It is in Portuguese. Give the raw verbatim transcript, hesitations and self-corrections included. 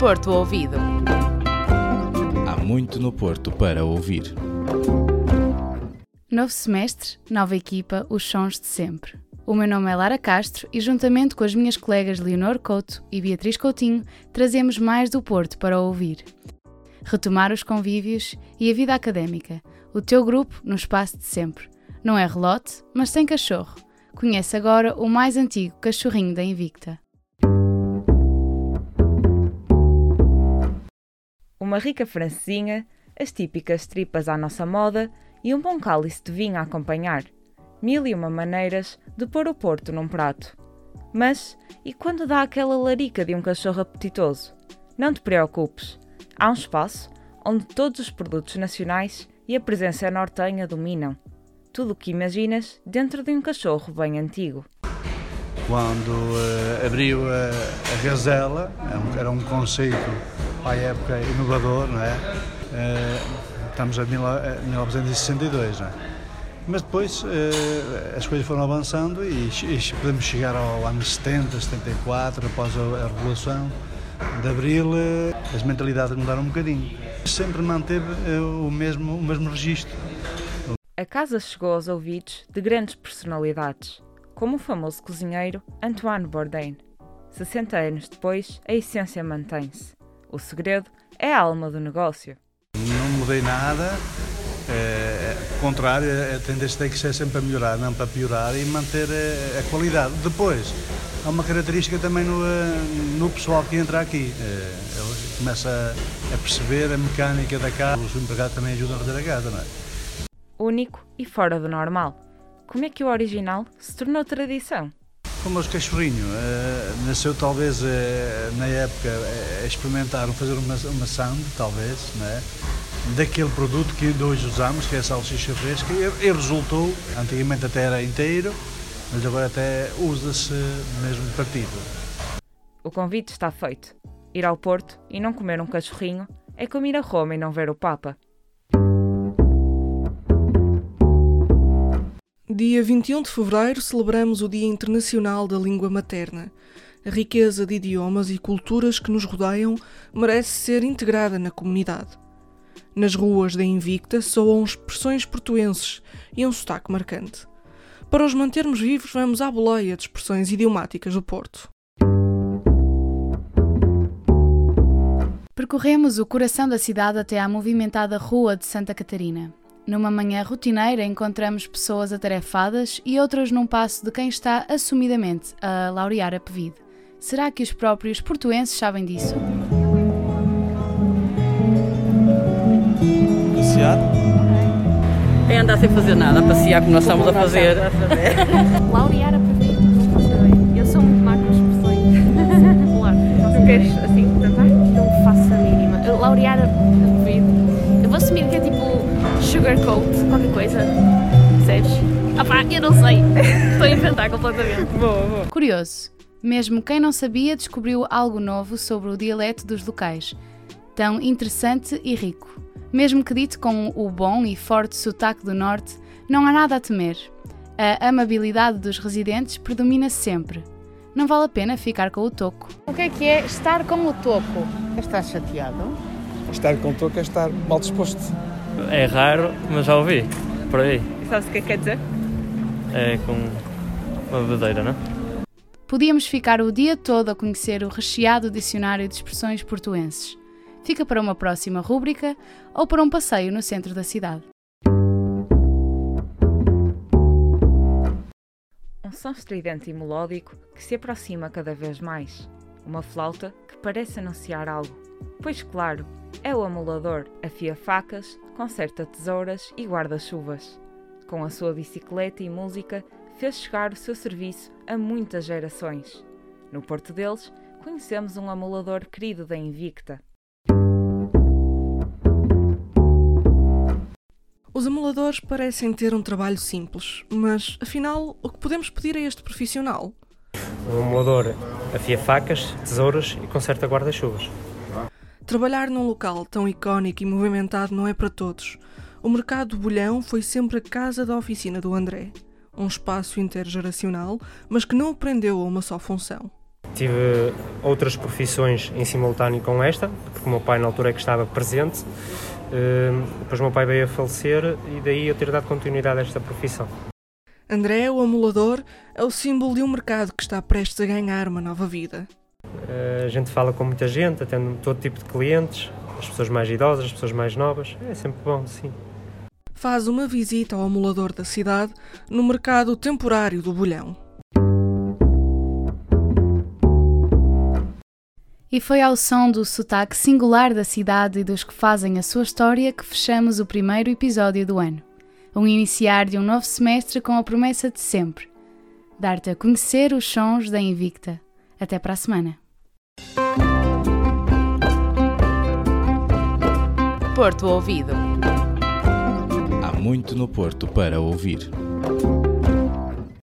Porto Ouvido. Há muito no Porto para ouvir. Novo semestre, nova equipa, os sons de sempre. O meu nome é Lara Castro e, juntamente com as minhas colegas Leonor Couto e Beatriz Coutinho, trazemos mais do Porto para ouvir. Retomar os convívios e a vida académica. O teu grupo no espaço de sempre. Não é relote, mas tem cachorro. Conhece agora o mais antigo cachorrinho da Invicta. Uma rica francesinha, as típicas tripas à nossa moda e um bom cálice de vinho a acompanhar. Mil e uma maneiras de pôr o Porto num prato. Mas, e quando dá aquela larica de um cachorro apetitoso? Não te preocupes. Há um espaço onde todos os produtos nacionais e a presença nortenha dominam. Tudo o que imaginas dentro de um cachorro bem antigo. Quando uh, abriu a, a Gazela, era um, era um conceito à época inovador, não é? Uh, estamos em mil novecentos e sessenta e dois, não é? Mas depois uh, as coisas foram avançando e, e podemos chegar ao ano setenta, setenta e quatro, após a, a Revolução de Abril, uh, as mentalidades mudaram um bocadinho. Sempre manteve uh, o, mesmo, o mesmo registro. A casa chegou aos ouvidos de grandes personalidades, como o famoso cozinheiro Antoine Bourdain. sessenta anos depois, a essência mantém-se. O segredo é a alma do negócio. Não mudei nada, é, ao contrário, a tendência tem que ser sempre a melhorar, não para piorar, e manter a, a qualidade. Depois, há uma característica também no, no pessoal que entra aqui. É, ele começa a, a perceber a mecânica da casa, os empregados também ajudam a fazer a casa, não é? Único e fora do normal. Como é que o original se tornou tradição? Como os cachorrinhos, uh, nasceu talvez uh, na época uh, experimentaram fazer uma, uma sande, talvez, não é? Daquele produto que ainda hoje usamos, que é a salsicha fresca, e, e resultou, antigamente até era inteiro, mas agora até usa-se mesmo partido. O convite está feito. Ir ao Porto e não comer um cachorrinho é como ir a Roma e não ver o Papa. Dia vinte e um de fevereiro celebramos o Dia Internacional da Língua Materna. A riqueza de idiomas e culturas que nos rodeiam merece ser integrada na comunidade. Nas ruas da Invicta soam expressões portuenses e um sotaque marcante. Para os mantermos vivos, vamos à boleia de expressões idiomáticas do Porto. Percorremos o coração da cidade até à movimentada Rua de Santa Catarina. Numa manhã rotineira encontramos pessoas atarefadas e outras num passo de quem está assumidamente a laurear a Pevide. Será que os próprios portuenses sabem disso? Passear? É andar sem fazer nada, a passear como nós estamos a fazer. Laurear a Pevide? Eu sou muito má com expressões. Claro. Tu queres assim tentar? Não faço a mínima. Laurear a Pevide. Eu vou assumir que é tipo sugarcoat, qualquer coisa, percebes? Ah pá, eu não sei, estou a inventar completamente. Boa, boa. Curioso, mesmo quem não sabia descobriu algo novo sobre o dialeto dos locais, tão interessante e rico. Mesmo que dito com o bom e forte sotaque do Norte, não há nada a temer. A amabilidade dos residentes predomina sempre. Não vale a pena ficar com o toco. O que é que é estar com o toco? Estar chateado? Estar com toco é estar mal disposto. É raro, mas já ouvi, por aí. E sabes o que é que quer dizer? É com uma bebedeira, não? Podíamos ficar o dia todo a conhecer o recheado dicionário de expressões portuenses. Fica para uma próxima rúbrica ou para um passeio no centro da cidade. Um som estridente e melódico que se aproxima cada vez mais. Uma flauta que parece anunciar algo. Pois claro, é o amolador, afia facas, conserta tesouras e guarda-chuvas. Com a sua bicicleta e música, fez chegar o seu serviço a muitas gerações. No Porto deles, conhecemos um amolador querido da Invicta. Os amoladores parecem ter um trabalho simples, mas, afinal, o que podemos pedir a este profissional? O amolador afia facas, tesouras e conserta guarda-chuvas. Trabalhar num local tão icónico e movimentado não é para todos. O Mercado do Bolhão foi sempre a casa da oficina do André. Um espaço intergeracional, mas que não o prendeu a uma só função. tive outras profissões em simultâneo com esta, porque o meu pai na altura é que estava presente. Uh, depois o meu pai veio a falecer e daí eu ter dado continuidade a esta profissão. André, o amolador, é o símbolo de um mercado que está prestes a ganhar uma nova vida. Uh, a gente fala com muita gente, atende todo tipo de clientes, as pessoas mais idosas, as pessoas mais novas. É sempre bom, sim. Faz uma visita ao amolador da cidade no mercado temporário do Bolhão. E foi ao som do sotaque singular da cidade e dos que fazem a sua história que fechamos o primeiro episódio do ano. Um iniciar de um novo semestre com a promessa de sempre: dar-te a conhecer os sons da Invicta. Até para a semana. Porto Ouvido. Há muito no Porto para ouvir.